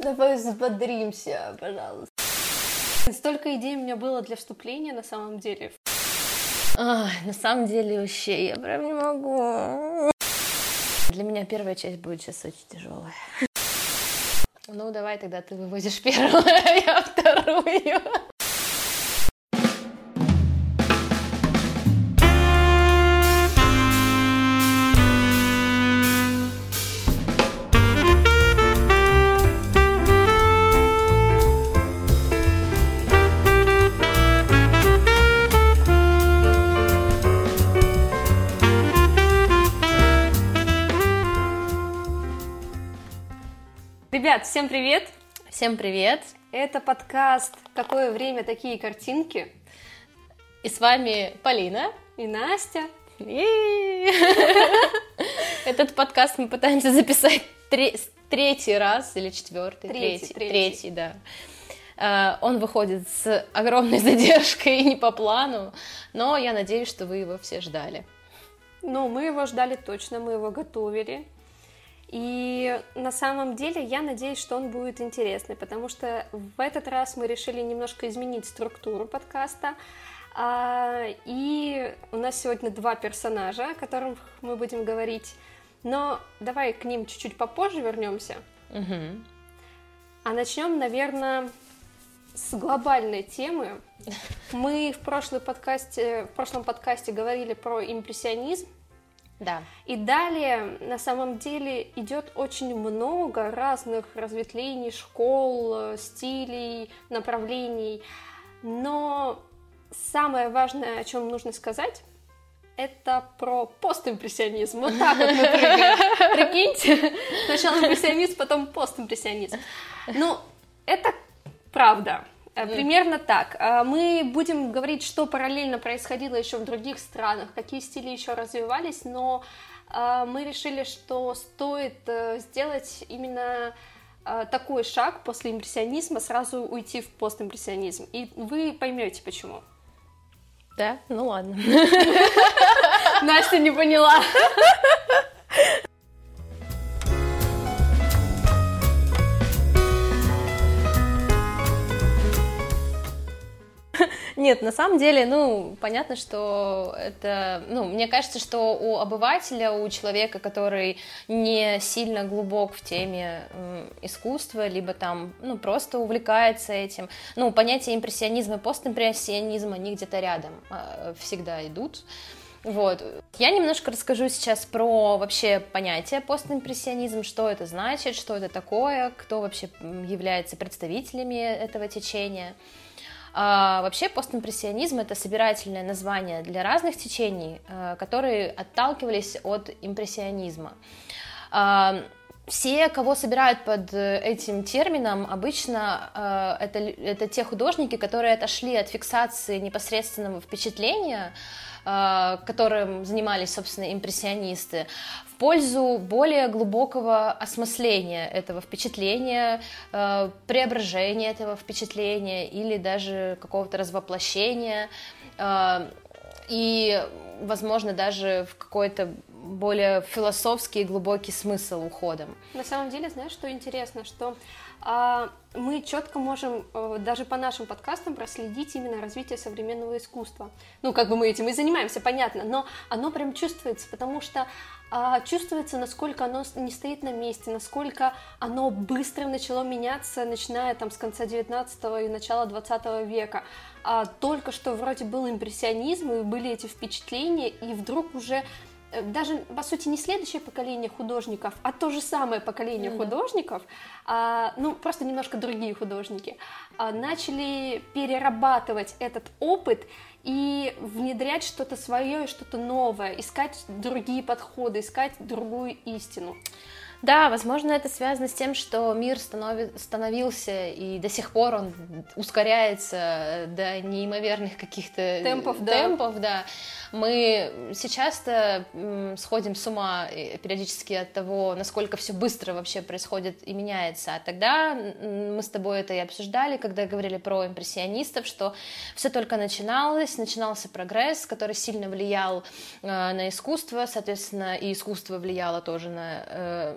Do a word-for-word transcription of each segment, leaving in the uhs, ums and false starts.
Давай взбодримся, пожалуйста. Столько идей у меня было для вступления, на самом деле. Ай, на самом деле вообще, я прям не могу. Для меня первая часть будет сейчас очень тяжелая. Ну, давай тогда ты выводишь первую, а я вторую. Ребят, всем привет! Всем привет! Это подкаст «Какое время, такие картинки». И с вами Полина и Настя. Этот подкаст мы пытаемся записать третий раз или четвертый? Третий, третий, третий, да. Он выходит с огромной задержкой и не по плану, но я надеюсь, что вы его все ждали. Ну, мы его ждали точно, мы его готовили. И на самом деле я надеюсь, что он будет интересный, потому что в этот раз мы решили немножко изменить структуру подкаста. И у нас сегодня два персонажа, о которых мы будем говорить, но давай к ним чуть-чуть попозже вернемся. Угу. А начнем, наверное, с глобальной темы. Мы в, прошлый подкасте, в прошлом подкасте говорили про импрессионизм. Да. И далее, на самом деле, идет очень много разных разветвлений, школ, стилей, направлений. Но самое важное, о чем нужно сказать, это про постимпрессионизм. Вот так вот мы прыгаем. Прикиньте, сначала импрессионизм, потом постимпрессионизм. Ну, это правда. Примерно так. Мы будем говорить, что параллельно происходило еще в других странах, какие стили еще развивались, но мы решили, что стоит сделать именно такой шаг после импрессионизма, сразу уйти в постимпрессионизм. И вы поймете, почему. Да? Ну ладно. Настя не поняла. Нет, на самом деле, ну, понятно, что это, ну, мне кажется, что у обывателя, у человека, который не сильно глубок в теме э, искусства, либо там, ну, просто увлекается этим, ну, понятия импрессионизма и постимпрессионизма, они где-то рядом э, всегда идут. Вот. Я немножко расскажу сейчас про вообще понятие постимпрессионизм, что это значит, что это такое, кто вообще является представителями этого течения. А, вообще постимпрессионизм — это собирательное название для разных течений, а, которые отталкивались от импрессионизма. А, все, кого собирают под этим термином, обычно а, это, это те художники, которые отошли от фиксации непосредственного впечатления, которым занимались, собственно, импрессионисты, в пользу более глубокого осмысления этого впечатления, преображения этого впечатления или даже какого-то развоплощения и, возможно, даже в какой-то более философский и глубокий смысл уходом. На самом деле, знаешь, что интересно, что а, мы четко можем а, даже по нашим подкастам проследить именно развитие современного искусства. Ну, как бы мы этим и занимаемся, понятно, но оно прям чувствуется, потому что а, чувствуется, насколько оно не стоит на месте, насколько оно быстро начало меняться, начиная там с конца девятнадцатого и начала двадцатого века. А, только что вроде был импрессионизм, и были эти впечатления, и вдруг уже даже, по сути, не следующее поколение художников, а то же самое поколение mm-hmm. художников, а, ну, просто немножко другие художники, а, начали перерабатывать этот опыт и внедрять что-то свое и что-то новое, искать другие подходы, искать другую истину. Да, возможно, это связано с тем, что мир станови- становился, и до сих пор он ускоряется до неимоверных каких-то темпов, темпов да. да. Мы сейчас-то сходим с ума периодически от того, насколько все быстро вообще происходит и меняется. А тогда мы с тобой это и обсуждали, когда говорили про импрессионистов, что все только начиналось, начинался прогресс, который сильно влиял на искусство, соответственно, и искусство влияло тоже на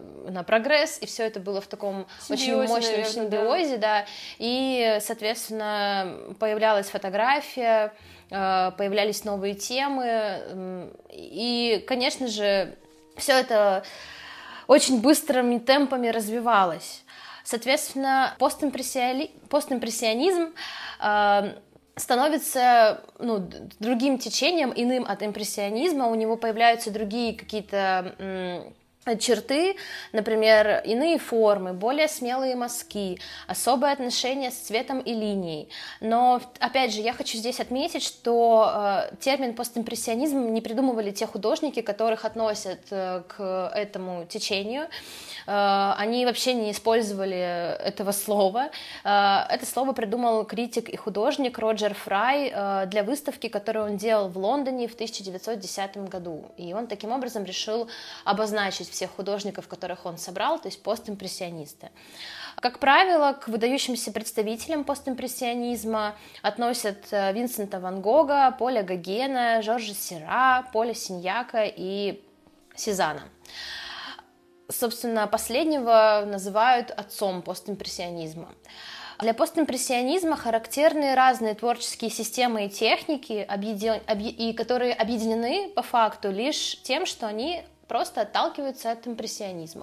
на прогресс, и все это было в таком симбиозе, очень мощном наверное, симбиозе, да. да, и, соответственно, появлялась фотография, появлялись новые темы, и, конечно же, все это очень быстрыми темпами развивалось. Соответственно, постимпрессиони... постимпрессионизм э, становится ну, другим течением, иным от импрессионизма, у него появляются другие какие-то м- черты, например, иные формы, более смелые мазки, особое отношение с цветом и линией. Но, опять же, я хочу здесь отметить, что э, термин постимпрессионизм не придумывали те художники, которых относят э, к этому течению. Э, они вообще не использовали этого слова. Э, это слово придумал критик и художник Роджер Фрай э, для выставки, которую он делал в Лондоне в тысяча девятьсот десятом году. И он таким образом решил обозначить всех художников, которых он собрал, то есть постимпрессионисты. Как правило, к выдающимся представителям постимпрессионизма относят Винсента Ван Гога, Поля Гогена, Жоржа Сера, Поля Синьяка и Сезанна. Собственно, последнего называют отцом постимпрессионизма. Для постимпрессионизма характерны разные творческие системы и техники, объедин... и которые объединены по факту лишь тем, что они просто отталкиваются от импрессионизма.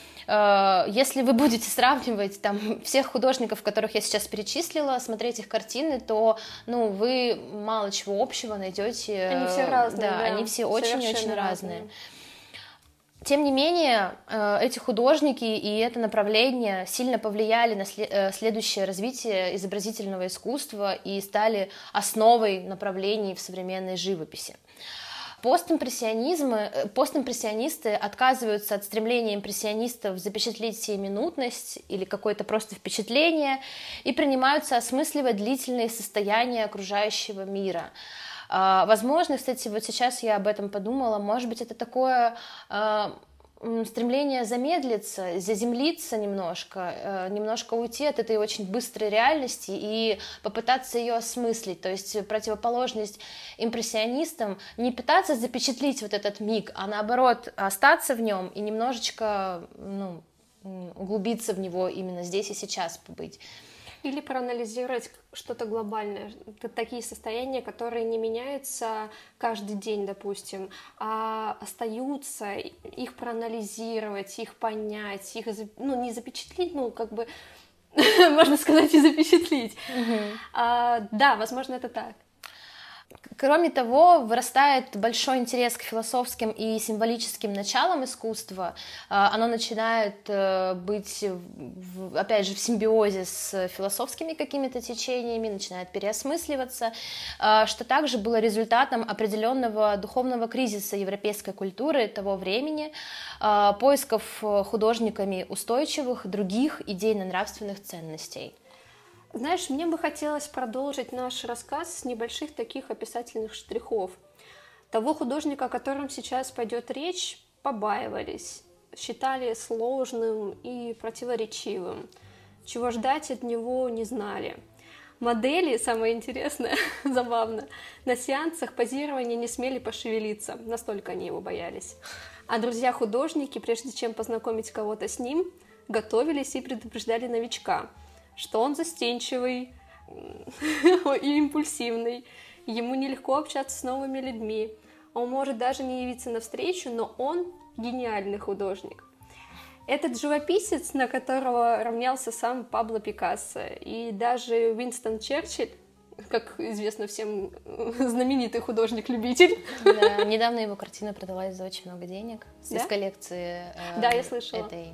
Если вы будете сравнивать там всех художников, которых я сейчас перечислила, смотреть их картины, то ну, вы мало чего общего найдете. Они все разные, да, да, они все очень-очень разные. разные. Тем не менее, эти художники и это направление сильно повлияли на следующее развитие изобразительного искусства и стали основой направлений в современной живописи. Постимпрессионизмы, постимпрессионисты отказываются от стремления импрессионистов запечатлеть сиюминутность или какое-то просто впечатление и принимаются осмысливать длительные состояния окружающего мира. Возможно, кстати, вот сейчас я об этом подумала, может быть, это такое стремление замедлиться, заземлиться немножко, немножко уйти от этой очень быстрой реальности и попытаться ее осмыслить, то есть противоположность импрессионистам, не пытаться запечатлеть вот этот миг, а наоборот остаться в нем и немножечко ну, углубиться в него именно здесь и сейчас побыть. Или проанализировать что-то глобальное, такие состояния, которые не меняются каждый день, допустим, а остаются, их проанализировать, их понять, их ну, не запечатлеть, ну, как бы, можно сказать, и запечатлеть. Mm-hmm. А, да, возможно, это так. Кроме того, вырастает большой интерес к философским и символическим началам искусства. Оно начинает быть, опять же, в симбиозе с философскими какими-то течениями, начинает переосмысливаться, что также было результатом определенного духовного кризиса европейской культуры того времени, поисков художниками устойчивых других идейно-нравственных ценностей. Знаешь, мне бы хотелось продолжить наш рассказ с небольших таких описательных штрихов. Того художника, о котором сейчас пойдет речь, побаивались, считали сложным и противоречивым. Чего ждать от него не знали. Модели, самое интересное, забавно, на сеансах позирования не смели пошевелиться, настолько они его боялись. А друзья-художники, прежде чем познакомить кого-то с ним, готовились и предупреждали новичка, что он застенчивый и импульсивный, ему нелегко общаться с новыми людьми, он может даже не явиться навстречу, но он гениальный художник. Этот живописец, на которого равнялся сам Пабло Пикассо, и даже Уинстон Черчилль, как известно всем, знаменитый художник-любитель. Да, недавно его картина продалась за очень много денег, да? Из коллекции э, да, я слышала. Этой...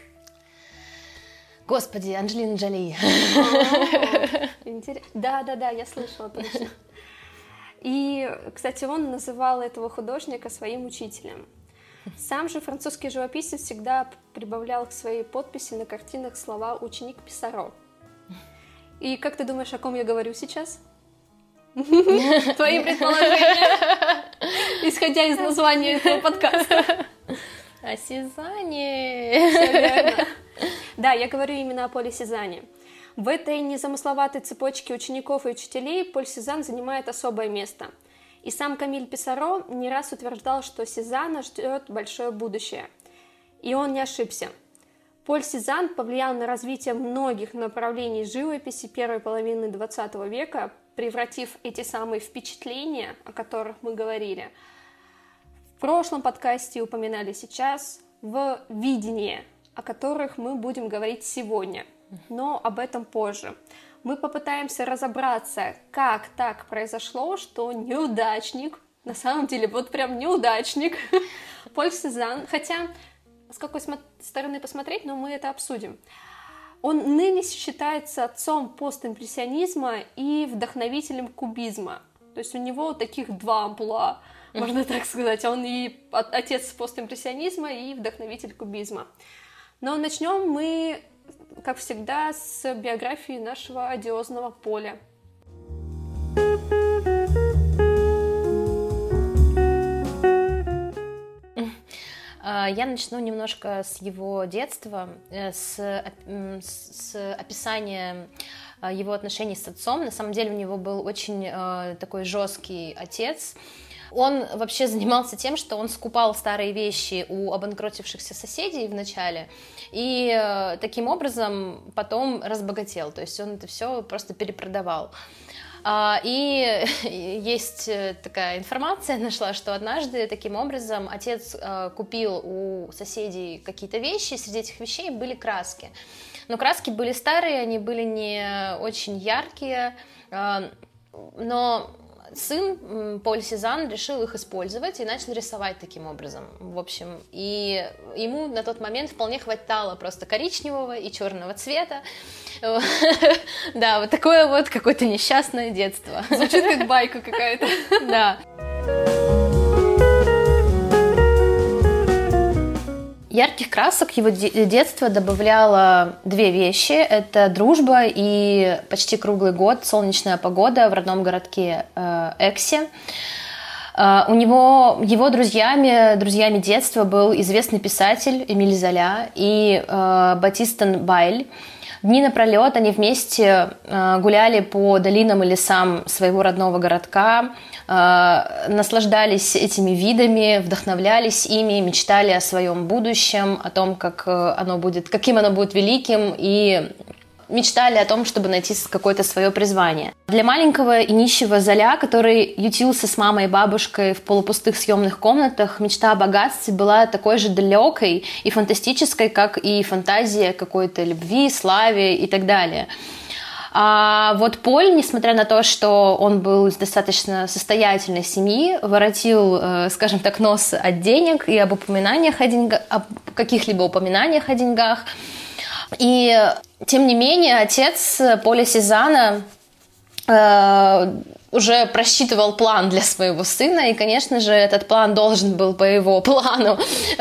Господи, Анджелина Джоли. Интересно. Да, да, да, я слышала точно. И, кстати, он называл этого художника своим учителем. Сам же французский живописец всегда прибавлял к своей подписи на картинах слова «ученик Писаро». И как ты думаешь, о ком я говорю сейчас? Твои предположения, исходя из названия этого подкаста. О Сезанне. Все верно. Да, я говорю именно о Поле Сезанне. В этой незамысловатой цепочке учеников и учителей Поль Сезанн занимает особое место. И сам Камиль Писаро не раз утверждал, что Сезанна ждет большое будущее. И он не ошибся. Поль Сезанн повлиял на развитие многих направлений живописи первой половины двадцатого века, превратив эти самые впечатления, о которых мы говорили, в прошлом подкасте упоминали сейчас, в видение, о которых мы будем говорить сегодня, но об этом позже. Мы попытаемся разобраться, как так произошло, что неудачник, на самом деле вот прям неудачник, Поль Сезанн, хотя с какой стороны посмотреть, но мы это обсудим. Он ныне считается отцом постимпрессионизма и вдохновителем кубизма. То есть у него таких два амплуа, можно так сказать. Он и отец постимпрессионизма, и вдохновитель кубизма. Но начнем мы, как всегда, с биографии нашего одиозного Поля. Я начну немножко с его детства, с, с описания его отношений с отцом. На самом деле у него был очень такой жесткий отец. Он вообще занимался тем, что он скупал старые вещи у обанкротившихся соседей вначале и таким образом потом разбогател. То есть он это все просто перепродавал. И есть такая информация, нашла, что однажды таким образом отец купил у соседей какие-то вещи, среди этих вещей были краски. Но краски были старые, они были не очень яркие, но сын Поль Сезанн решил их использовать и начал рисовать таким образом, в общем. И ему на тот момент вполне хватало просто коричневого и черного цвета. Да, вот такое вот какое-то несчастное детство. Звучит как байка какая-то. Да. Ярких красок его детство добавляло две вещи. Это дружба и почти круглый год солнечная погода в родном городке Эксе. У него, его друзьями, друзьями детства был известный писатель Эмиль Золя и Батистен Байль. Дни напролет они вместе гуляли по долинам и лесам своего родного городка, наслаждались этими видами, вдохновлялись ими, мечтали о своем будущем, о том, как оно будет, каким оно будет великим, и мечтали о том, чтобы найти какое-то свое призвание. Для маленького и нищего Золя, который ютился с мамой и бабушкой в полупустых съемных комнатах, мечта о богатстве была такой же далекой и фантастической, как и фантазия какой-то любви, славе и так далее. А вот Поль, несмотря на то, что он был из достаточно состоятельной семьи, воротил, скажем так, нос от денег и об упоминаниях о деньгах, об каких-либо упоминаниях о деньгах. И, тем не менее, отец Поля Сезанна э, уже просчитывал план для своего сына, и, конечно же, этот план должен был по его плану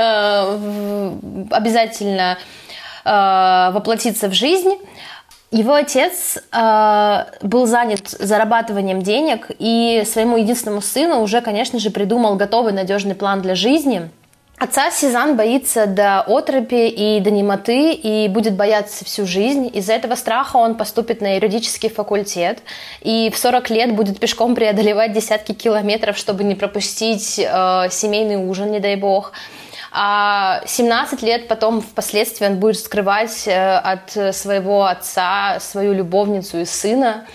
э, обязательно э, воплотиться в жизнь. Его отец э, был занят зарабатыванием денег, и своему единственному сыну уже, конечно же, придумал готовый надежный план для жизни. Отца Сезанн боится до оторопи и до немоты и будет бояться всю жизнь. Из-за этого страха он поступит на юридический факультет и в сорок лет будет пешком преодолевать десятки километров, чтобы не пропустить э, семейный ужин, не дай бог. А семнадцать лет потом впоследствии он будет скрывать э, от своего отца свою любовницу и сына.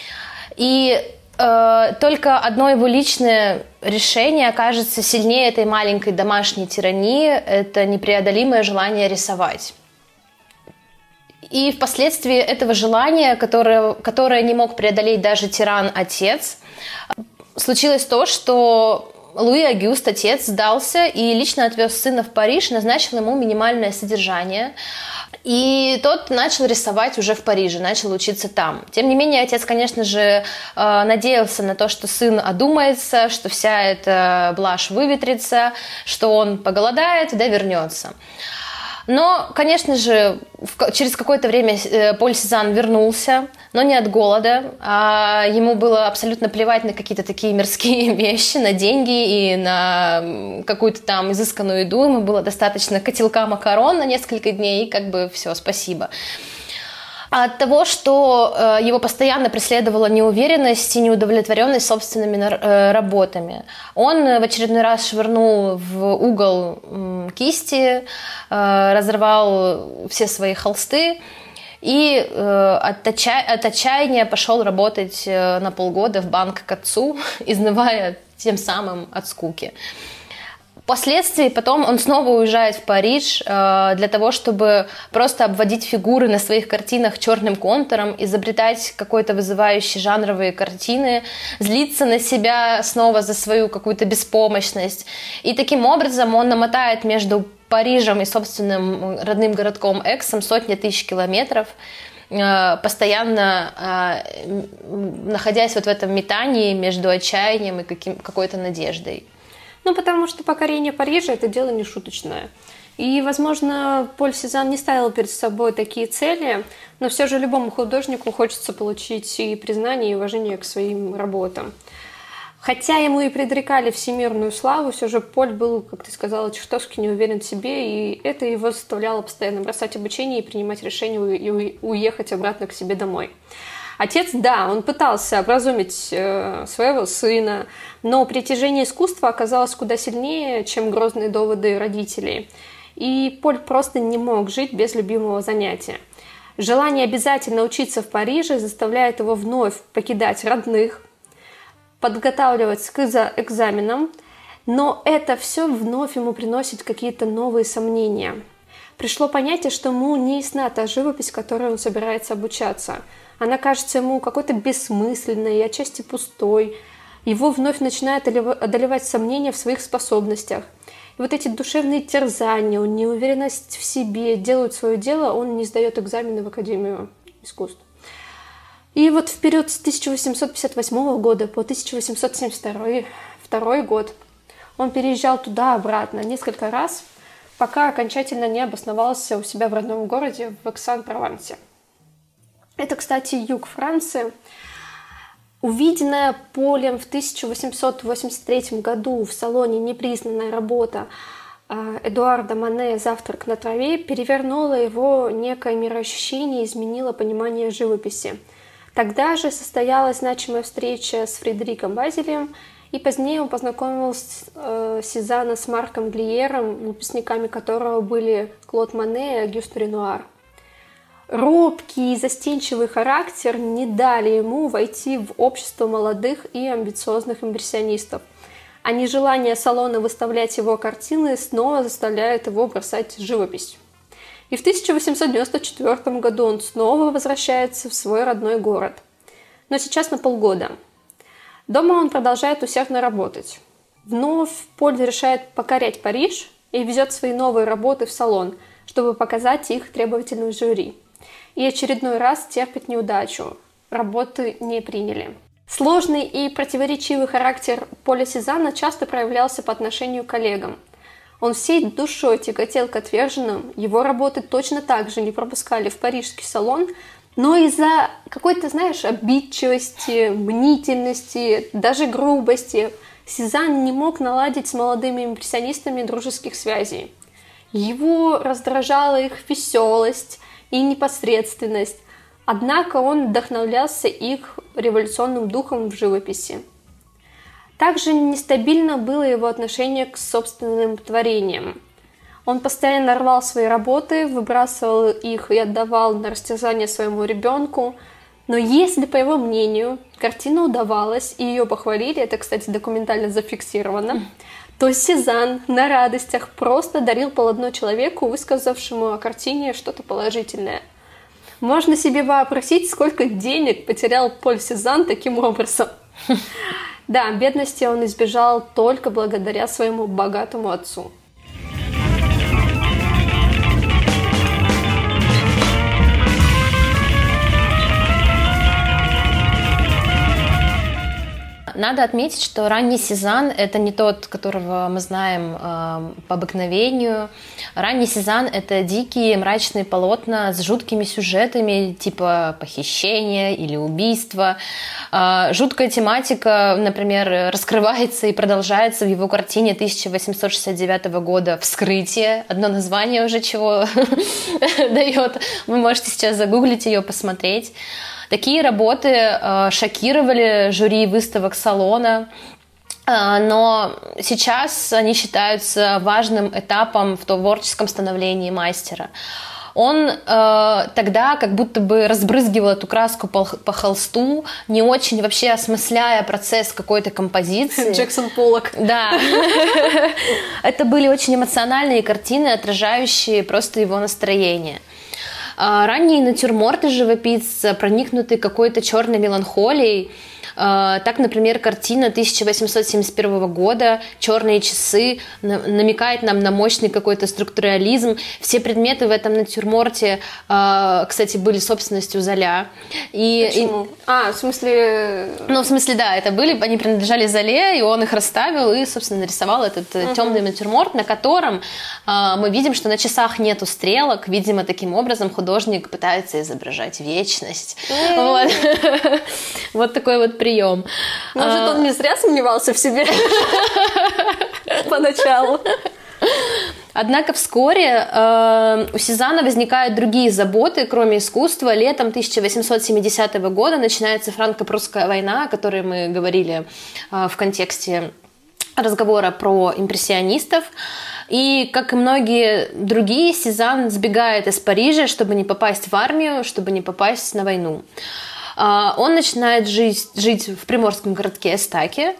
И только одно его личное решение окажется сильнее этой маленькой домашней тирании. Это непреодолимое желание рисовать. И впоследствии этого желания, которое, которое не мог преодолеть даже тиран-отец, случилось то, что Луи Агюст, отец, сдался и лично отвез сына в Париж, назначил ему минимальное содержание. И тот начал рисовать уже в Париже, начал учиться там. Тем не менее, отец, конечно же, надеялся на то, что сын одумается, что вся эта блажь выветрится, что он поголодает, да вернется. Но, конечно же, через какое-то время Поль Сезанн вернулся, но не от голода, а ему было абсолютно плевать на какие-то такие мирские вещи, на деньги и на какую-то там изысканную еду. Ему было достаточно котелка макарон на несколько дней, и как бы все, спасибо. От того, что его постоянно преследовала неуверенность и неудовлетворенность собственными работами. Он в очередной раз швырнул в угол кисти, разорвал все свои холсты и от отчаяния пошел работать на полгода в банк к отцу, изнывая тем самым от скуки. Впоследствии потом он снова уезжает в Париж э, для того, чтобы просто обводить фигуры на своих картинах черным контуром, изобретать какой-то вызывающий жанровые картины, злиться на себя снова за свою какую-то беспомощность. И таким образом он намотает между Парижем и собственным родным городком Эксом сотни тысяч километров, э, постоянно э, находясь вот в этом метании между отчаянием и каким, какой-то надеждой. Ну, потому что покорение Парижа – это дело не шуточное. И, возможно, Поль Сезанн не ставил перед собой такие цели, но все же любому художнику хочется получить и признание, и уважение к своим работам. Хотя ему и предрекали всемирную славу, все же Поль был, как ты сказала, чертовски не уверен в себе, и это его заставляло постоянно бросать обучение и принимать решение и уехать обратно к себе домой. Отец, да, он пытался образумить э, своего сына, но притяжение искусства оказалось куда сильнее, чем грозные доводы родителей. И Поль просто не мог жить без любимого занятия. Желание обязательно учиться в Париже заставляет его вновь покидать родных, подготавливаться к экзаменам, но это все вновь ему приносит какие-то новые сомнения. Пришло понятие, что ему не ясна та живопись, которой он собирается обучаться. Она кажется ему какой-то бессмысленной и отчасти пустой. Его вновь начинает одолевать сомнения в своих способностях. И вот эти душевные терзания, неуверенность в себе делают свое дело, он не сдает экзамены в Академию искусств. И вот в период с тысяча восемьсот пятьдесят восьмого года по тысяча восемьсот семьдесят второй год он переезжал туда-обратно несколько раз, пока окончательно не обосновался у себя в родном городе в Эксан-Провансе. Это, кстати, юг Франции. Увиденная Полем в тысяча восемьсот восемьдесят третьем году в салоне непризнанная работа Эдуарда Мане «Завтрак на траве» перевернула его некое мироощущение и изменила понимание живописи. Тогда же состоялась значимая встреча с Фредериком Базелем, и позднее он познакомил э, Сезанна с Марком Глиером, выпускниками которого были Клод Мане и Агюст Ренуар. Робкий и застенчивый характер не дали ему войти в общество молодых и амбициозных импрессионистов, а нежелание салона выставлять его картины снова заставляет его бросать живопись. И в тысяча восемьсот девяносто четвёртом году он снова возвращается в свой родной город, но сейчас на полгода. Дома он продолжает усердно работать. Вновь Поль решает покорять Париж и везет свои новые работы в салон, чтобы показать их требовательному жюри. И очередной раз терпит неудачу. Работы не приняли. Сложный и противоречивый характер Поля Сезанна часто проявлялся по отношению к коллегам. Он всей душой тяготел к отверженным, его работы точно так же не пропускали в парижский салон, но из-за какой-то, знаешь, обидчивости, мнительности, даже грубости Сезанн не мог наладить с молодыми импрессионистами дружеских связей. Его раздражала их веселость и непосредственность, однако он вдохновлялся их революционным духом в живописи. Также нестабильно было его отношение к собственным творениям. Он постоянно рвал свои работы, выбрасывал их и отдавал на растерзание своему ребенку. Но если, по его мнению, картина удавалась и ее похвалили, это, кстати, документально зафиксировано, то Сезанн на радостях просто дарил полотно человеку, высказавшему о картине что-то положительное. Можно себе вообразить, сколько денег потерял Поль Сезанн таким образом. Да, бедности он избежал только благодаря своему богатому отцу. надо отметить, что ранний Сезанн — это не тот, которого мы знаем э, по обыкновению. Ранний Сезанн — это дикие мрачные полотна с жуткими сюжетами, типа похищения или убийства. Э, жуткая тематика, например, раскрывается и продолжается в его картине тысяча восемьсот шестьдесят девятого года «Вскрытие». Одно название уже чего дает. Вы можете сейчас загуглить ее, посмотреть. Такие работы э, шокировали жюри выставок салона, э, но сейчас они считаются важным этапом в творческом становлении мастера. Он э, тогда как будто бы разбрызгивал эту краску по, по холсту, не очень вообще осмысляя процесс какой-то композиции. Джексон Поллок. Да. Это были очень эмоциональные картины, отражающие просто его настроение. Ранние натюрморты живописца проникнуты какой-то черной меланхолией. Так, например, картина тысяча восемьсот семьдесят первого года «Черные часы» намекает нам на мощный какой-то структурализм. Все предметы в этом натюрморте, кстати, были собственностью Золя. И, Почему? И... А, в смысле... Ну, в смысле, да, это были, они принадлежали Золе, и он их расставил и, собственно, нарисовал этот uh-huh. темный натюрморт, на котором мы видим, что на часах нету стрелок. Видимо, таким образом художник пытается изображать вечность. Вот. Вот такой вот прием. Может, а... он не зря сомневался в себе поначалу. Однако вскоре э, у Сезанна возникают другие заботы, кроме искусства. Летом тысяча восемьсот семидесятого года начинается франко-прусская война, о которой мы говорили э, в контексте разговора про импрессионистов. И, как и многие другие, Сезанн сбегает из Парижа, чтобы не попасть в армию, чтобы не попасть на войну. Он начинает жить, жить в приморском городке Эстаке.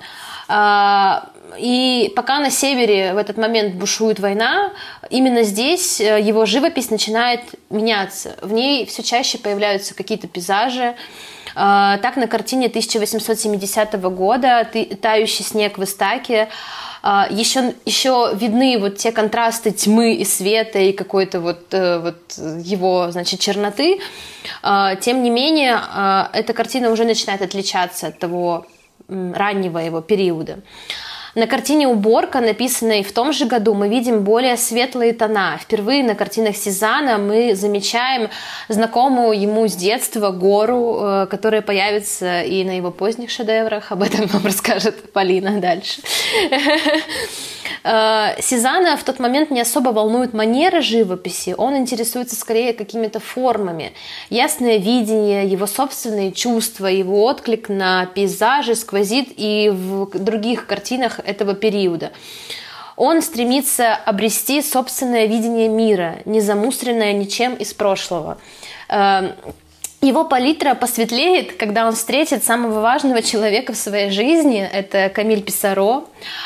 И пока на севере в этот момент бушует война, именно здесь его живопись начинает меняться. В ней все чаще появляются какие-то пейзажи. Так, на картине тысяча восемьсот семидесятого года «Тающий снег в Эстаке» еще, еще видны вот те контрасты тьмы и света и какой-то вот, вот его, значит, черноты. Тем не менее, эта картина уже начинает отличаться от того раннего его периода. На картине «Уборка», написанной в том же году, мы видим более светлые тона. Впервые на картинах Сезанна мы замечаем знакомую ему с детства гору, которая появится и на его поздних шедеврах. Об этом вам расскажет Полина дальше. Сезанна в тот момент не особо волнует манера живописи, он интересуется скорее какими-то формами. Ясное видение, его собственные чувства, его отклик на пейзажи сквозит и в других картинах этого периода. Он стремится обрести собственное видение мира, не замусоренное ничем из прошлого. Его палитра посветлеет, когда он встретит самого важного человека в своей жизни, это Камиль Писаро.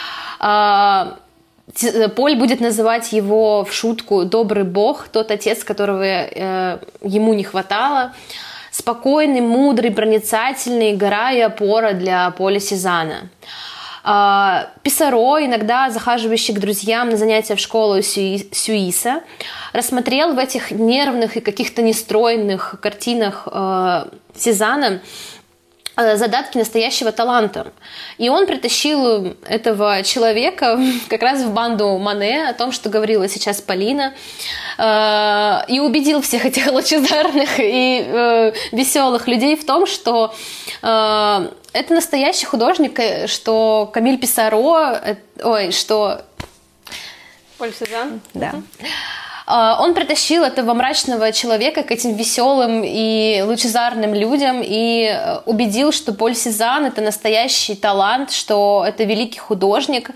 Поль будет называть его в шутку «добрый бог», тот отец, которого э, ему не хватало. Спокойный, мудрый, проницательный, гора и опора для Поля Сезанна. Э, Писаро, иногда захаживающий к друзьям на занятия в школу Сюиса, рассмотрел в этих нервных и каких-то нестройных картинах э, Сезанна задатки настоящего таланта. И он притащил этого человека как раз в банду Мане, о том, что говорила сейчас Полина, и убедил всех этих лучезарных и веселых людей в том, что это настоящий художник, что Камиль Писаро, ой, что... Поль Сезанн. Да. Он притащил этого мрачного человека к этим веселым и лучезарным людям и убедил, что Поль Сезанн — это настоящий талант, что это великий художник.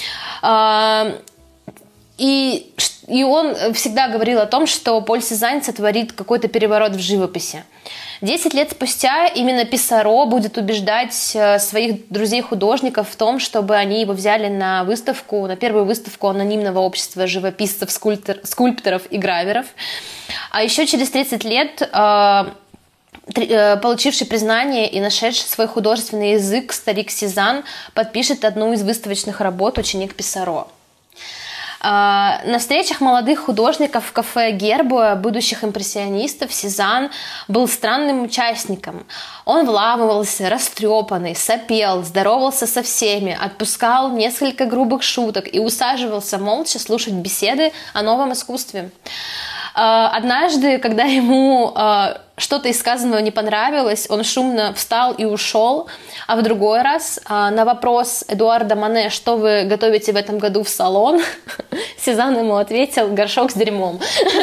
И, и он всегда говорил о том, что Поль Сезанн сотворит какой-то переворот в живописи. Десять лет спустя именно Писаро будет убеждать своих друзей-художников в том, чтобы они его взяли на выставку, на первую выставку анонимного общества живописцев, скульптор, скульпторов и граверов. А еще через тридцать лет, получивший признание и нашедший свой художественный язык, старик Сезанн подпишет одну из выставочных работ «Ученик Писаро». На встречах молодых художников в кафе Гербуа, будущих импрессионистов, Сезанн был странным участником. Он вламывался, растрепанный, сопел, здоровался со всеми, отпускал несколько грубых шуток и усаживался молча слушать беседы о новом искусстве. Однажды, когда ему что-то из сказанного не понравилось, он шумно встал и ушел, а в другой раз на вопрос Эдуарда Мане, что вы готовите в этом году в салон, Сезанн ему ответил: горшок с дерьмом.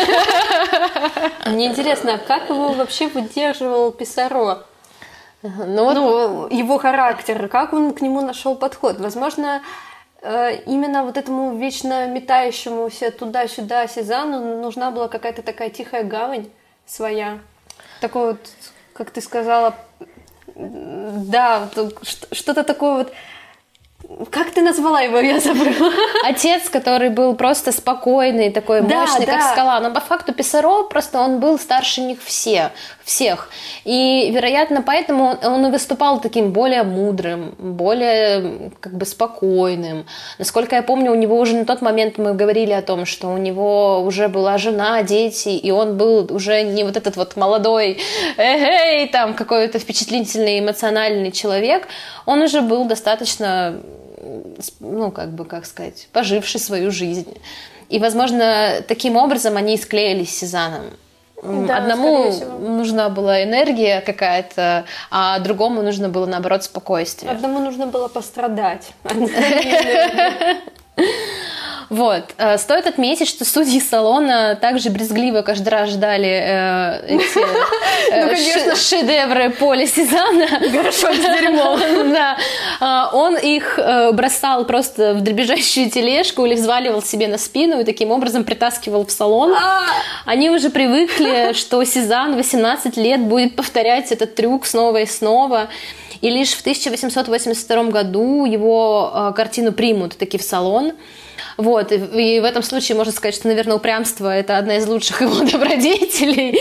Мне интересно, а как его вообще выдерживал Писсаро? Ну, вот... ну, его характер, как он к нему нашел подход? Возможно, именно вот этому вечно метающемуся туда-сюда Сезанну нужна была какая-то такая тихая гавань своя. Такой вот, как ты сказала, да, что-то такое вот. Как ты назвала его, я забыла. Отец, который был просто спокойный, такой да, мощный, да. как скала. Но по факту Писсаро просто он был старше них все, всех. И, вероятно, поэтому он и выступал таким более мудрым, более как бы спокойным. Насколько я помню, у него уже на тот момент мы говорили о том, что у него уже была жена, дети, и он был уже не вот этот вот молодой, эй, там какой-то впечатлительный, эмоциональный человек. Он уже был достаточно... ну, как бы, как сказать, поживший свою жизнь. И, возможно, таким образом они и склеились с Сезанном. Да, одному нужна была энергия какая-то, а другому нужно было, наоборот, спокойствие. Одному нужно было пострадать. Вот. Стоит отметить, что судьи салона также брезгливо каждый раз ждали э, эти э, ну, шедевры Поля Сезанна. Горшок с дерьмом. Да. Он их бросал просто в дребезжащую тележку или взваливал себе на спину и таким образом притаскивал в салон. Они уже привыкли, что Сезанн восемнадцать лет будет повторять этот трюк снова и снова. И лишь в тысяча восемьсот восемьдесят втором году его картину примут таки в салон. Вот, и, и в этом случае можно сказать, что, наверное, упрямство – это одна из лучших его добродетелей.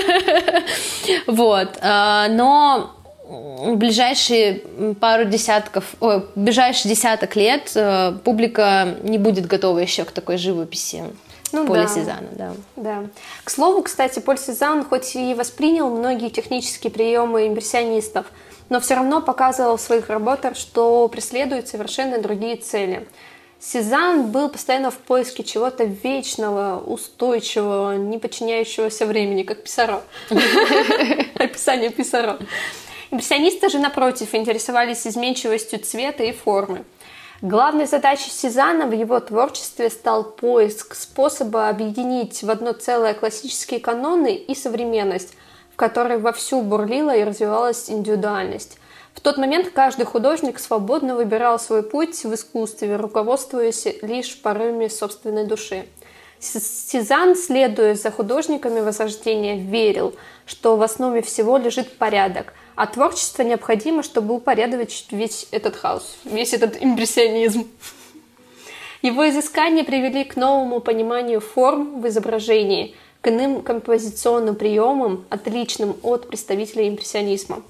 Вот, но в ближайшие пару десятков, ой, в ближайшие десяток лет публика не будет готова еще к такой живописи. Ну, Поля да. Сезанна, да. да. К слову, кстати, Поль Сезанн хоть и воспринял многие технические приемы импрессионистов, но все равно показывал в своих работах, что преследует совершенно другие цели. Сезанн был постоянно в поиске чего-то вечного, устойчивого, не подчиняющегося времени, как Писсаро. Описание Писсаро. Импрессионисты же, напротив, интересовались изменчивостью цвета и формы. Главной задачей Сезанна в его творчестве стал поиск способа объединить в одно целое классические каноны и современность, в которой вовсю бурлила и развивалась индивидуальность. В тот момент каждый художник свободно выбирал свой путь в искусстве, руководствуясь лишь порывами собственной души. Сезанн, следуя за художниками Возрождения, верил, что в основе всего лежит порядок, а творчество необходимо, чтобы упорядочить весь этот хаос, весь этот импрессионизм. Его изыскания привели к новому пониманию форм в изображении, к иным композиционным приемам, отличным от представителей импрессионизма.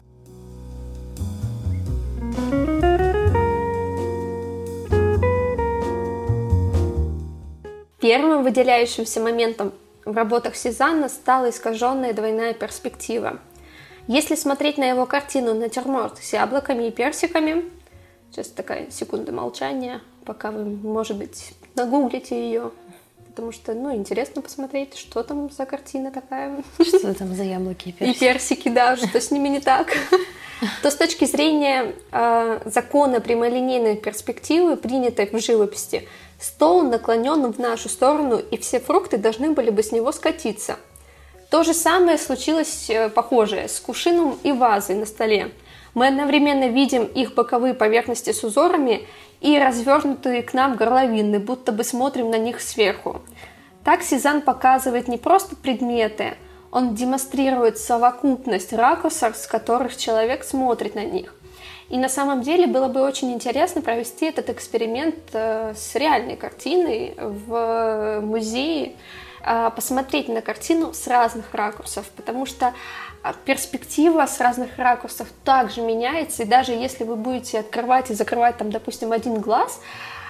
Первым выделяющимся моментом в работах Сезанна стала искаженная двойная перспектива. Если смотреть на его картину «Натюрморт» с яблоками и персиками, сейчас такая секунда молчания, пока вы, может быть, нагуглите ее, потому что, ну, интересно посмотреть, что там за картина такая. Что там за яблоки и персики. И персики, да, что с ними не так. То с точки зрения э, закона прямолинейной перспективы, принятой в живописи, стол наклонен в нашу сторону, и все фрукты должны были бы с него скатиться. То же самое случилось, э, похожее, с кувшином и вазой на столе. Мы одновременно видим их боковые поверхности с узорами и развернутые к нам горловины, будто бы смотрим на них сверху. Так Сезанн показывает не просто предметы, он демонстрирует совокупность ракурсов, с которых человек смотрит на них. И на самом деле было бы очень интересно провести этот эксперимент с реальной картиной в музее, посмотреть на картину с разных ракурсов, потому что перспектива с разных ракурсов также меняется, и даже если вы будете открывать и закрывать, там, допустим, один глаз,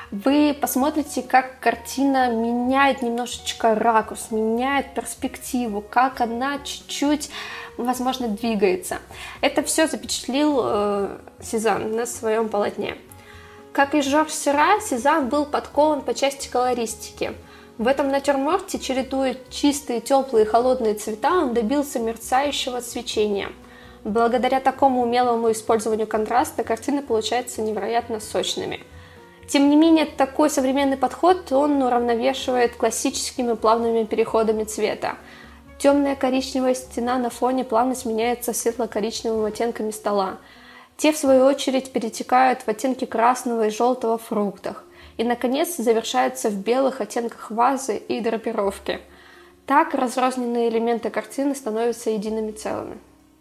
вы посмотрите, как картина меняет немножечко ракурс, меняет перспективу, как она чуть-чуть, возможно, двигается. Это все запечатлил э, Сезанн на своем полотне. Как и Жорж Сeurat, Сезанн был подкован по части колористики. В этом натюрморте, чередуя чистые, теплые, холодные цвета, он добился мерцающего свечения. Благодаря такому умелому использованию контраста картины получаются невероятно сочными. Тем не менее, такой современный подход, он уравновешивает классическими плавными переходами цвета. Темная коричневая стена на фоне плавно сменяется светло-коричневыми оттенками стола. Те, в свою очередь, перетекают в оттенки красного и желтого в фруктах. И, наконец, завершаются в белых оттенках вазы и драпировки. Так разрозненные элементы картины становятся едиными целыми.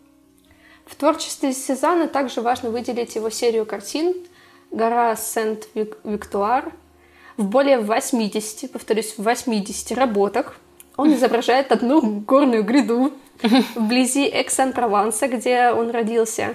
В творчестве Сезанна также важно выделить его серию картин «Гора Сент-Виктуар». В более восьмидесяти, повторюсь, в восьмидесяти работах он изображает одну горную гряду вблизи Экс-Ан-Прованса, где он родился,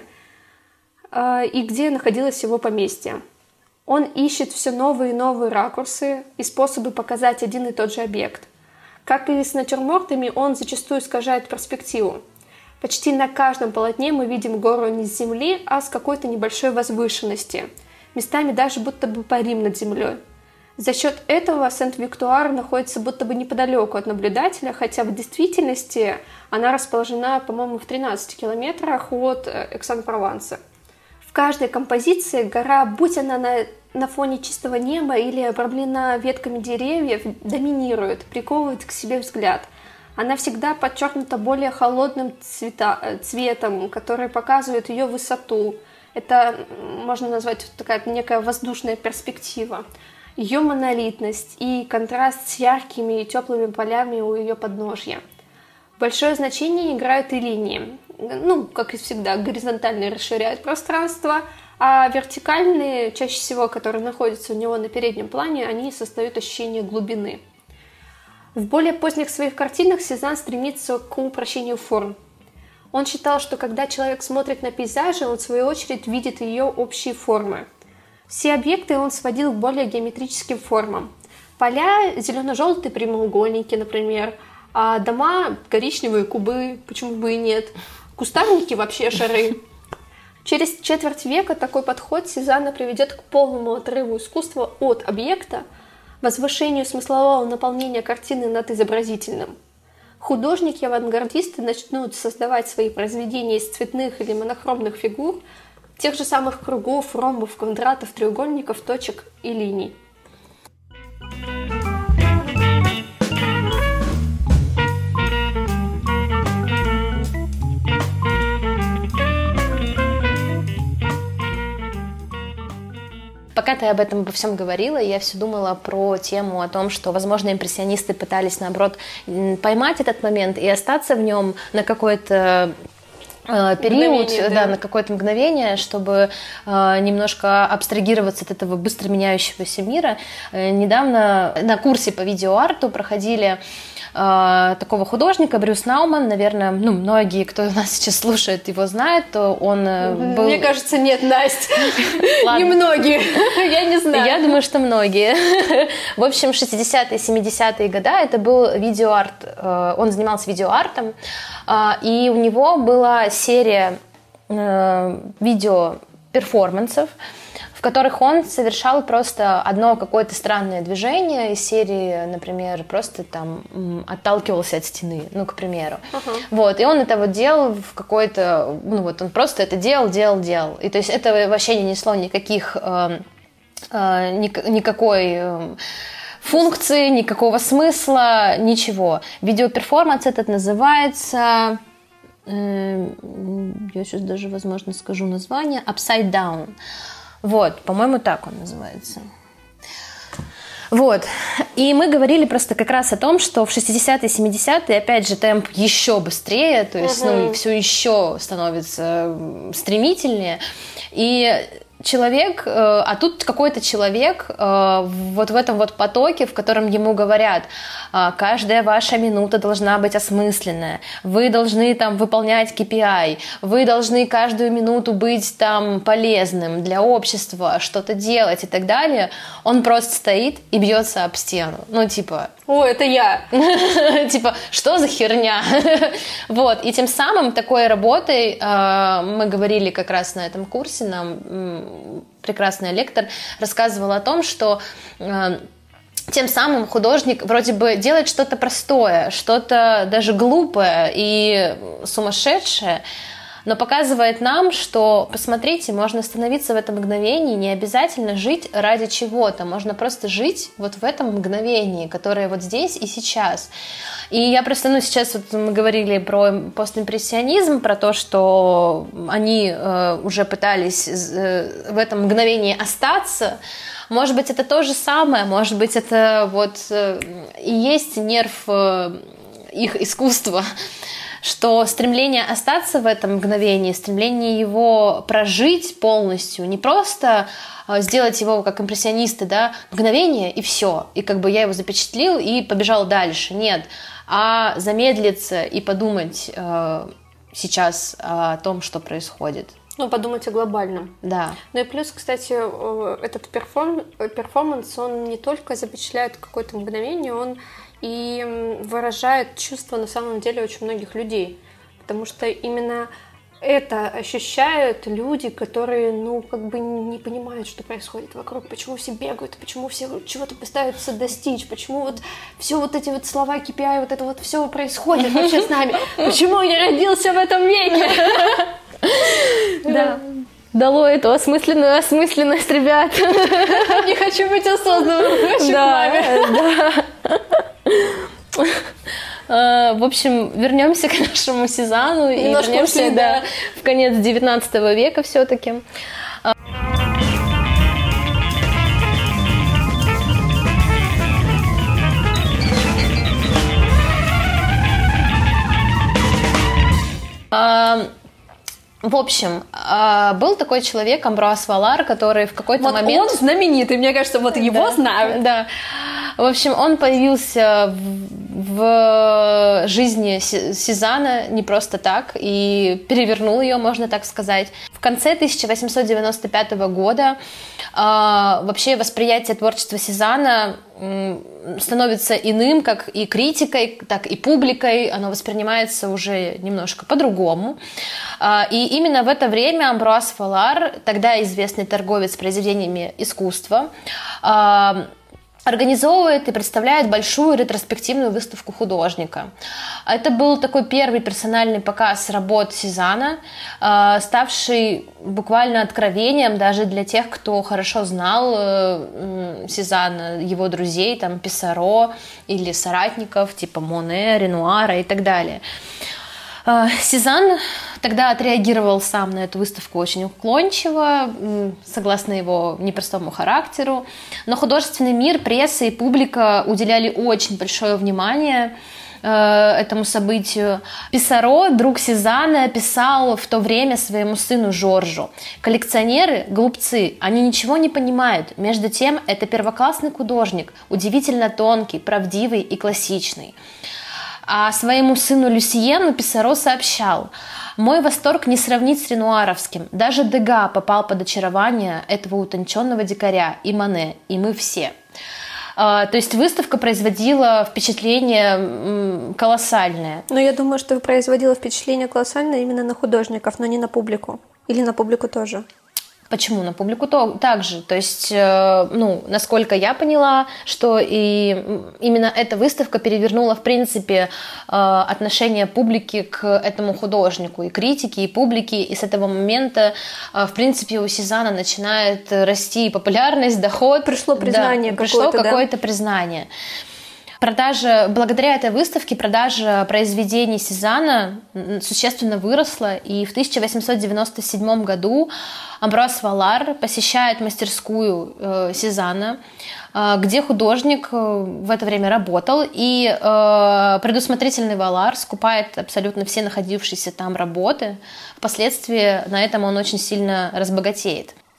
и где находилось его поместье. Он ищет все новые и новые ракурсы и способы показать один и тот же объект. Как и с натюрмортами, он зачастую искажает перспективу. Почти на каждом полотне мы видим гору не с земли, а с какой-то небольшой возвышенности. Местами даже будто бы парим над землей. За счет этого Сент-Виктуар находится будто бы неподалеку от наблюдателя, хотя в действительности она расположена, по-моему, в тринадцати километрах от Экс-Ан-Прованса. В каждой композиции гора, будь она на, на фоне чистого неба или обрамлена ветками деревьев, доминирует, приковывает к себе взгляд. Она всегда подчеркнута более холодным цвета, цветом, который показывает ее высоту. Это можно назвать такая некая воздушная перспектива. Ее монолитность и контраст с яркими и теплыми полями у ее подножья. Большое значение играют и линии. Ну, как и всегда, горизонтальные расширяют пространство, а вертикальные, чаще всего, которые находятся у него на переднем плане, они создают ощущение глубины. В более поздних своих картинах Сезанн стремится к упрощению форм. Он считал, что когда человек смотрит на пейзажи, он в свою очередь видит ее общие формы. Все объекты он сводил к более геометрическим формам. Поля – зелено-желтые прямоугольники, например, а дома – коричневые кубы, почему бы и нет. Кустарники – вообще шары. Через четверть века такой подход Сезанна приведет к полному отрыву искусства от объекта, возвышению смыслового наполнения картины над изобразительным. Художники-авангардисты начнут создавать свои произведения из цветных или монохромных фигур, тех же самых кругов, ромбов, квадратов, треугольников, точек и линий. Пока ты об этом обо всем говорила, я все думала про тему о том, что, возможно, импрессионисты пытались, наоборот, поймать этот момент и остаться в нем на какой-то период, да, да, на какое-то мгновение, чтобы э, немножко абстрагироваться от этого быстро меняющегося мира. Э, недавно на курсе по видеоарту проходили э, такого художника Брюс Науман, наверное, ну, многие, кто нас сейчас слушает, его знают, то он э, был... Мне кажется, нет, Настя, немногие, я не знаю. Я думаю, что многие. В общем, шестидесятые, семидесятые годы это был видеоарт, э, он занимался видеоартом, э, и у него была серия э, видео-перформансов, в которых он совершал просто одно какое-то странное движение из серии, например, просто там отталкивался от стены, ну, к примеру. Uh-huh. Вот, и он это вот делал в какой-то, ну, вот он просто это делал, делал, делал. И то есть это вообще не несло никаких, э, э, ни, никакой... Э, функции, никакого смысла, ничего. Видеоперформанс этот называется... Я сейчас даже, возможно, скажу название. Upside Down. Вот, по-моему, так он называется. Вот. И мы говорили просто как раз о том, что в шестидесятые, семидесятые, опять же, темп еще быстрее, то есть, uh-huh. ну, все еще становится стремительнее. И человек, а тут какой-то человек вот в этом вот потоке, в котором ему говорят, каждая ваша минута должна быть осмысленная, вы должны там выполнять кей пи ай, вы должны каждую минуту быть там полезным для общества, что-то делать и так далее, он просто стоит и бьется об стену. Ну, типа... О, это я! Типа, что за херня? Вот, и тем самым такой работой мы говорили как раз на этом курсе, нам прекрасный лектор рассказывал о том, что э, тем самым художник вроде бы делает что-то простое, что-то даже глупое и сумасшедшее, но показывает нам, что, посмотрите, можно остановиться в этом мгновении, не обязательно жить ради чего-то, можно просто жить вот в этом мгновении, которое вот здесь и сейчас. И я просто, ну, сейчас вот мы говорили про постимпрессионизм, про то, что они э, уже пытались э, в этом мгновении остаться. Может быть, это то же самое, может быть, это вот э, и есть нерв э, их искусства, что стремление остаться в этом мгновении, стремление его прожить полностью, не просто сделать его, как импрессионисты, да, мгновение и все, и как бы я его запечатлил и побежал дальше, нет, а замедлиться и подумать э, сейчас о том, что происходит. Ну, подумать о глобальном. Да. Ну и плюс, кстати, этот перформ... перформанс, он не только запечатляет какое-то мгновение, он и выражает чувства на самом деле очень многих людей. Потому что именно это ощущают люди, которые, ну, как бы не понимают, что происходит вокруг, почему все бегают, почему все чего-то пытаются достичь, почему вот все вот эти вот слова кей пи ай, вот это вот все происходит вообще с нами, почему я родился в этом веке. Да. Дало эту осмысленную осмысленность, ребят. Не хочу быть осознанным, хочу к маме. В общем, вернемся к нашему Сезанну и вернемся да, в конец девятнадцатого века все-таки. В общем, был такой человек, Амброаз Валар, который в какой-то вот момент... он знаменитый, мне кажется, вот его да, знают. Да. В общем, он появился в, в жизни Сезанна не просто так и перевернул ее, можно так сказать. В конце тысяча восемьсот девяносто пятого года э, вообще восприятие творчества Сезанна э, становится иным, как и критикой, так и публикой. Оно воспринимается уже немножко по-другому. Э, и именно в это время Амброаз Валар, тогда известный торговец произведениями искусства, э, организовывает и представляет большую ретроспективную выставку художника. Это был такой первый персональный показ работ Сезанна, ставший буквально откровением даже для тех, кто хорошо знал Сезанна, его друзей, там, Писсаро или соратников типа Моне, Ренуара и так далее. Сезанн тогда отреагировал сам на эту выставку очень уклончиво, согласно его непростому характеру, но художественный мир, пресса и публика уделяли очень большое внимание этому событию. Писсаро, друг Сезанна, писал в то время своему сыну Жоржу: коллекционеры – глупцы, они ничего не понимают, между тем это первоклассный художник, удивительно тонкий, правдивый и классичный. А своему сыну Люсьену Писсаро сообщал: «Мой восторг не сравнить с ренуаровским. Даже Дега попал под очарование этого утонченного дикаря, и Моне, и мы все». То есть выставка производила впечатление колоссальное. Но я думаю, что производила впечатление колоссальное именно на художников, но не на публику. Или на публику тоже. Почему? На публику то, также. То есть, э, ну, насколько я поняла, что и именно эта выставка перевернула, в принципе, э, отношение публики к этому художнику, и критики, и публики, и с этого момента, э, в принципе, у Сезанна начинает расти популярность, доход. Пришло признание да, пришло какое-то, какое-то да? признание. Продажа, благодаря этой выставке продажа произведений Сезанна существенно выросла, и в тысяча восемьсот девяносто седьмом году Амброаз Валар посещает мастерскую э, Сезанна, э, где художник э, в это время работал, и э, предусмотрительный Валар скупает абсолютно все находившиеся там работы. Впоследствии на этом он очень сильно разбогатеет.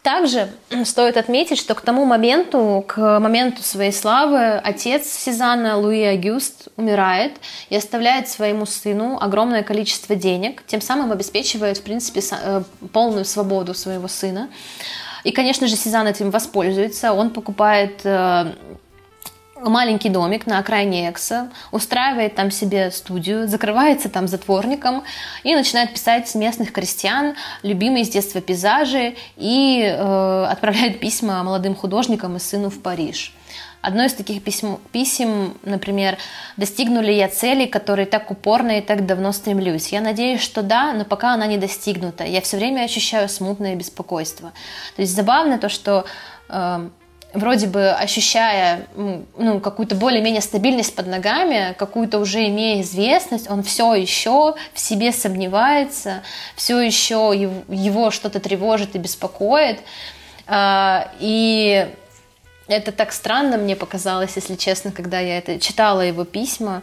Также стоит отметить, что к тому моменту, к моменту своей славы, отец Сезанна, Луи Агюст, умирает и оставляет своему сыну огромное количество денег, тем самым обеспечивает, в принципе, полную свободу своего сына. И, конечно же, Сезанн этим воспользуется. Он покупает маленький домик на окраине Экса, устраивает там себе студию, закрывается там затворником и начинает писать местных крестьян любимые с детства пейзажи и э, отправляет письма молодым художникам и сыну в Париж. Одно из таких писем, писем, например, «Достигну ли я цели, к которой так упорно и так давно стремлюсь? Я надеюсь, что да, но пока она не достигнута. Я все время ощущаю смутное беспокойство». То есть забавно то, что э, вроде бы ощущая ну, какую-то более-менее стабильность под ногами, какую-то уже имея известность, он все еще в себе сомневается, все еще его, его что-то тревожит и беспокоит. И это так странно мне показалось, если честно, когда я это читала его письма.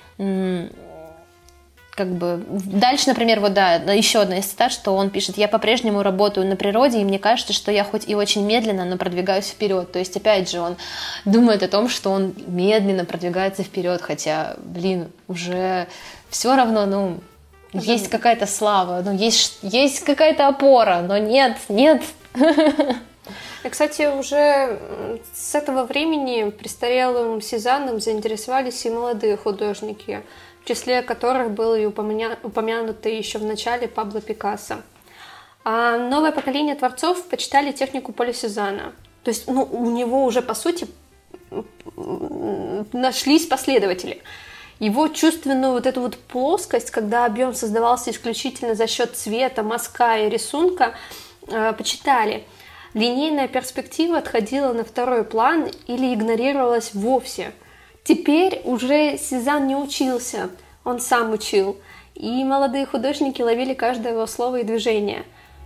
Как бы дальше, например, вот да, еще одна из цитат, что он пишет: «Я по-прежнему работаю на природе, и мне кажется, что я хоть и очень медленно, но продвигаюсь вперед». То есть, опять же, он думает о том, что он медленно продвигается вперед, хотя, блин, уже все равно, ну, mm-hmm. есть какая-то слава, ну, есть, есть какая-то опора, но нет, нет. И, кстати, уже с этого времени престарелым Сезанном заинтересовались и молодые художники, в числе которых был и упомя... упомянутый еще в начале Пабло Пикассо. А новое поколение творцов почитали технику Поля Сезанна. То есть ну, у него уже, по сути, нашлись последователи. Его чувственную вот эту вот плоскость, когда объем создавался исключительно за счет цвета, мазка и рисунка, почитали. Линейная перспектива отходила на второй план или игнорировалась вовсе. Теперь уже Сезанн не учился, он сам учил, и молодые художники ловили каждое его слово и движение.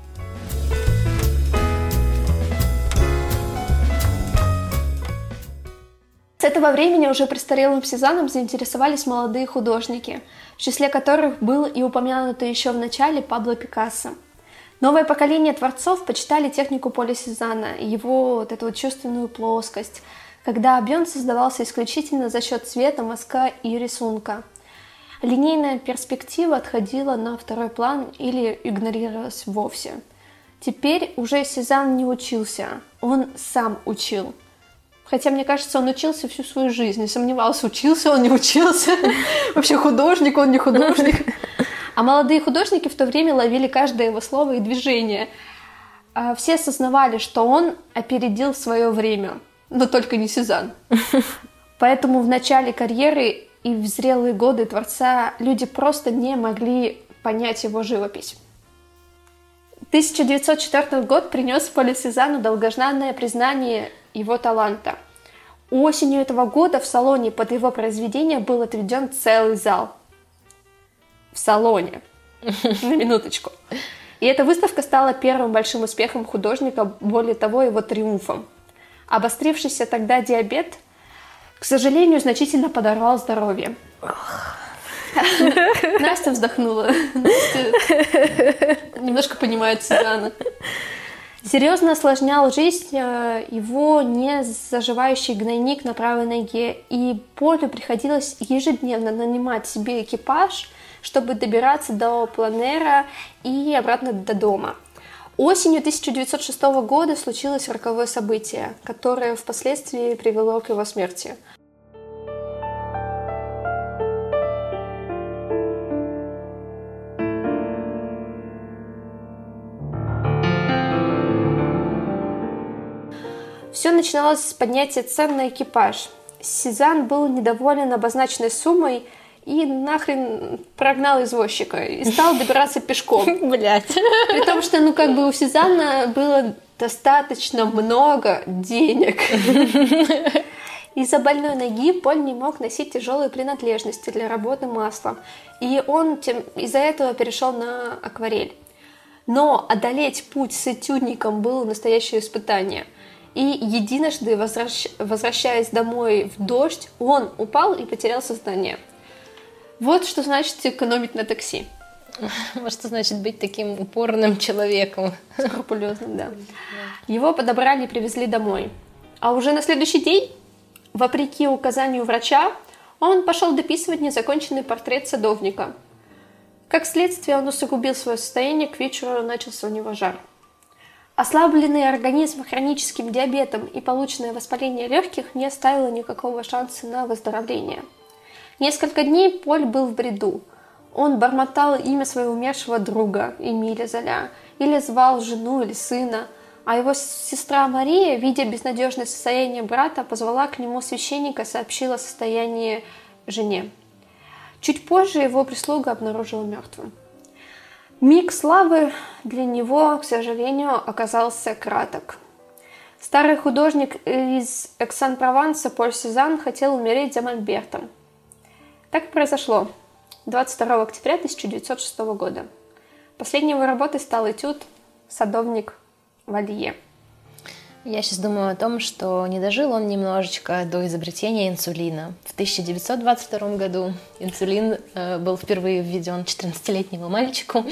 С этого времени уже престарелым Сезанном заинтересовались молодые художники, в числе которых был и упомянутый еще в начале Пабло Пикассо. Новое поколение творцов почитали технику Поля Сезанна, его вот эту вот чувственную плоскость, когда объем создавался исключительно за счет цвета, мазка и рисунка. Линейная перспектива отходила на второй план или игнорировалась вовсе. Теперь уже Сезанн не учился, он сам учил. Хотя, мне кажется, он учился всю свою жизнь, не сомневался, учился он, не учился. Вообще художник, он не художник. А молодые художники в то время ловили каждое его слово и движение. Все осознавали, что он опередил свое время. Но только не Сезанн. Поэтому в начале карьеры и в зрелые годы творца люди просто не могли понять его живопись. тысяча девятьсот четвёртый год принес Полю Сезанну долгожданное признание его таланта. Осенью этого года в салоне под его произведение был отведен целый зал. В салоне. На минуточку. И эта выставка стала первым большим успехом художника, более того, его триумфом. Обострившийся тогда диабет, к сожалению, значительно подорвал здоровье. Настя вздохнула. Настя немножко понимает Сезанна. Серьезно осложнял жизнь его незаживающий гнойник на правой ноге, и Полю приходилось ежедневно нанимать себе экипаж, чтобы добираться до Планера и обратно до дома. Осенью тысяча девятьсот шестого года случилось роковое событие, которое впоследствии привело к его смерти. Все начиналось с поднятия цен на экипаж. Сезанн был недоволен обозначенной суммой и нахрен прогнал извозчика и стал добираться пешком. Блять. При том, что ну как бы у Сезанна было достаточно много денег. Из-за больной ноги Поль не мог носить тяжелые принадлежности для работы маслом, и он тем, из-за этого перешел на акварель. Но одолеть путь с этюдником было настоящее испытание. И единожды, возвращ... возвращаясь домой в дождь, он упал и потерял сознание. Вот что значит экономить на такси. Вот что значит быть таким упорным человеком. Скрупулезным, да. Его подобрали и привезли домой. А уже на следующий день, вопреки указанию врача, он пошел дописывать незаконченный портрет садовника. Как следствие, он усугубил свое состояние, к вечеру начался у него жар. Ослабленный организм хроническим диабетом и полученное воспаление легких не оставило никакого шанса на выздоровление. Несколько дней Поль был в бреду. Он бормотал имя своего умершего друга, Эмиля Золя, или звал жену или сына, а его сестра Мария, видя безнадежное состояние брата, позвала к нему священника и сообщила о состоянии жене. Чуть позже его прислуга обнаружила мертвым. Миг славы для него, к сожалению, оказался краток. Старый художник из Эксан-Прованса Поль Сезанн хотел умереть за мольбертом. Так и произошло. двадцать второго октября тысяча девятьсот шестого года. Последней его работой стал этюд «Садовник Валье». Я сейчас думаю о том, что не дожил он немножечко до изобретения инсулина. В тысяча девятьсот двадцать втором году инсулин э, был впервые введен четырнадцатилетнему мальчику.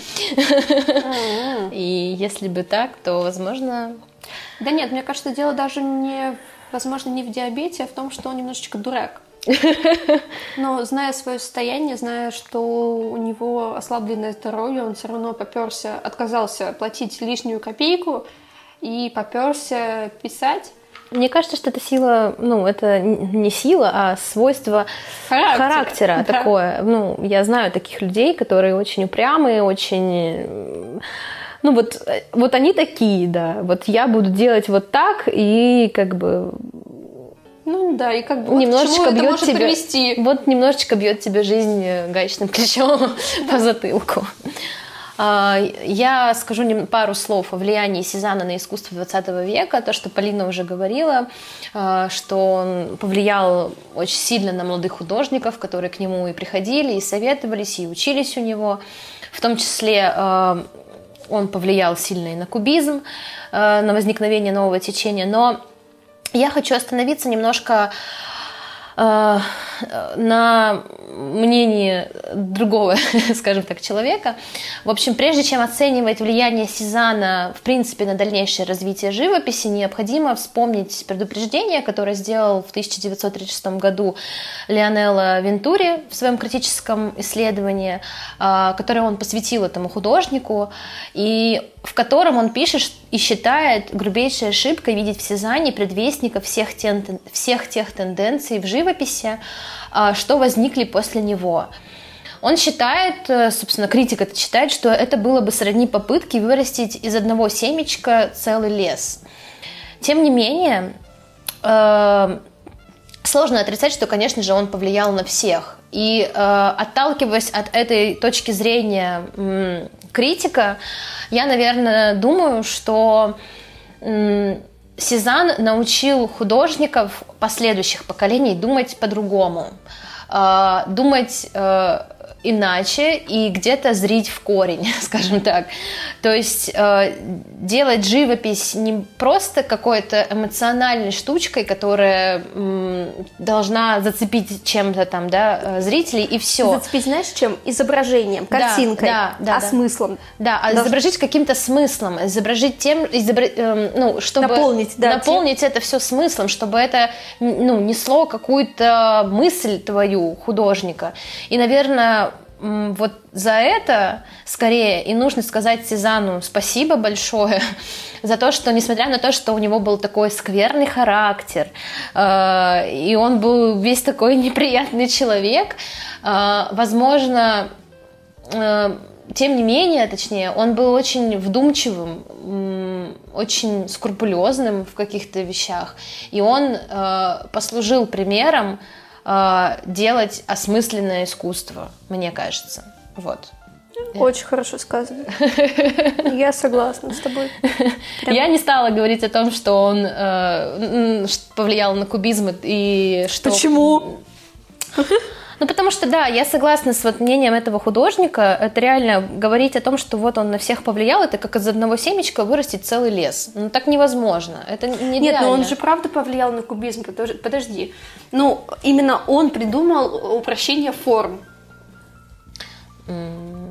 И если бы так, то, возможно... Да нет, мне кажется, дело даже не, возможно, не в диабете, а в том, что он немножечко дурак. Но зная свое состояние, зная, что у него ослабленное здоровье, он все равно попёрся, отказался платить лишнюю копейку и попёрся писать. Мне кажется, что это сила, ну, это не сила, а свойство характера, характера да. Такое. Ну, я знаю таких людей, которые очень упрямые, очень... Ну, вот, вот они такие, да. Вот я буду делать вот так, и как бы... Ну да, и как бы немножечко вот бьет тебя, привести. Вот немножечко бьет тебя жизнь гаечным ключом по затылку. Я скажу пару слов о влиянии Сезанна на искусство двадцатого века. То, что Полина уже говорила, что он повлиял очень сильно на молодых художников, которые к нему и приходили, и советовались, и учились у него. В том числе он повлиял сильно и на кубизм, на возникновение нового течения. Но я хочу остановиться немножко э, на мнении другого, скажем так, человека. В общем, прежде чем оценивать влияние Сезанна, в принципе, на дальнейшее развитие живописи, необходимо вспомнить предупреждение, которое сделал в тысяча девятьсот тридцать шестом году Лионелло Вентури в своем критическом исследовании, э, которое он посвятил этому художнику, и в котором он пишет и считает грубейшей ошибкой видеть в Сезанне предвестника всех, тен, всех тех тенденций в живописи, что возникли после него. Он считает, собственно, критик это считает, что это было бы сродни попытке вырастить из одного семечка целый лес. Тем не менее, сложно отрицать, что, конечно же, он повлиял на всех. И отталкиваясь от этой точки зрения критика, я, наверное, думаю, что Сезанн научил художников последующих поколений думать по-другому, думать иначе и где-то зрить в корень, скажем так. То есть э, делать живопись не просто какой-то эмоциональной штучкой, которая м, должна зацепить чем-то там, да, зрителей, и все. Зацепить, знаешь, чем? Изображением, картинкой, да, да, а да, смыслом. Да, а Долж... изображить каким-то смыслом, изобразить тем, изобра... э, ну, чтобы наполнить, да, наполнить тем... это все смыслом, чтобы это, ну, несло какую-то мысль твою, художника. И, наверное, вот за это скорее и нужно сказать Сезанну спасибо большое за то, что, несмотря на то, что у него был такой скверный характер, э, и он был весь такой неприятный человек, э, возможно, э, тем не менее, точнее, он был очень вдумчивым, э, очень скрупулезным в каких-то вещах, и он э, послужил примером делать осмысленное искусство, мне кажется. Вот. Очень хорошо сказано. Я согласна с тобой. Прям. Я не стала говорить о том, что он э, повлиял на кубизм и что... Почему? Ну, потому что, да, я согласна с вот мнением этого художника. Это реально говорить о том, что вот он на всех повлиял, это как из одного семечка вырастить целый лес. Ну, так невозможно. Это нереально. Нет, но он же правда повлиял на кубизм. Подожди. Ну, именно он придумал упрощение форм. Mm.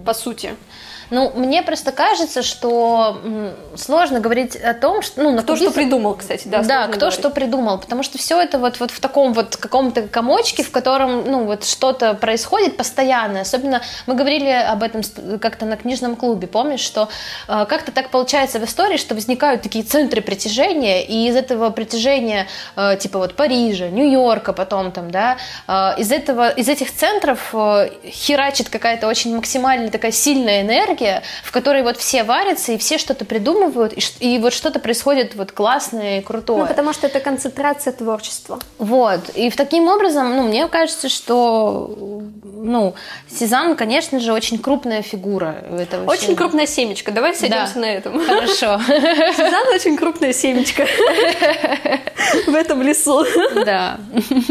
по сути. Ну, мне просто кажется, что м, сложно говорить о том, что... Ну, на кто кубизм... что придумал, кстати, да. Да, кто говорить. что придумал, потому что все это вот, вот в таком вот каком-то комочке, в котором, ну, вот что-то происходит постоянно. Особенно мы говорили об этом как-то на книжном клубе, помнишь, что э, как-то так получается в истории, что возникают такие центры притяжения, и из этого притяжения, э, типа вот Парижа, Нью-Йорка потом там, да, э, из этого, из этих центров э, херачит какая-то очень максимально такая сильная энергия, в которой вот все варятся, и все что-то придумывают, и, и вот что-то происходит вот классное и крутое. Ну, потому что это концентрация творчества. Вот, и таким образом, ну, мне кажется, что, ну, Сезанн, конечно же, очень крупная фигура этого Очень всего. крупная семечка, давай сойдемся да. на этом. Хорошо. Сезанн очень крупная семечка в этом лесу. Да.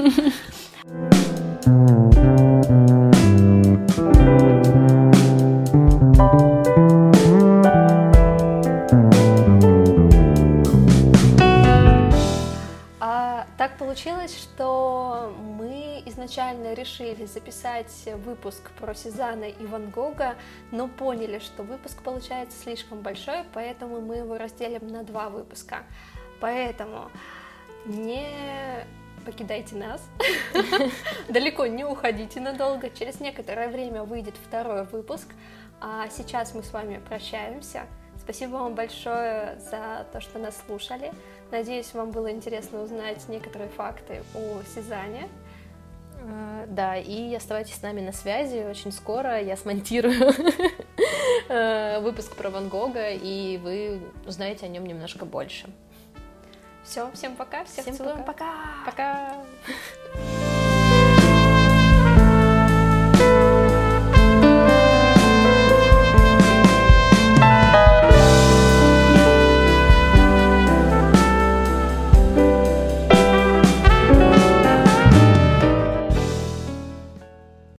Так получилось, что мы изначально решили записать выпуск про Сезанна и Ван Гога, но поняли, что выпуск получается слишком большой, поэтому мы его разделим на два выпуска. Поэтому не покидайте нас, далеко не уходите надолго, через некоторое время выйдет второй выпуск, а сейчас мы с вами прощаемся. Спасибо вам большое за то, что нас слушали. Надеюсь, вам было интересно узнать некоторые факты о Сезанне. Да, и оставайтесь с нами на связи. Очень скоро я смонтирую выпуск про Ван Гога, и вы узнаете о нем немножко больше. Все, всем пока, всех всем целуем, пока. Пока. Пока.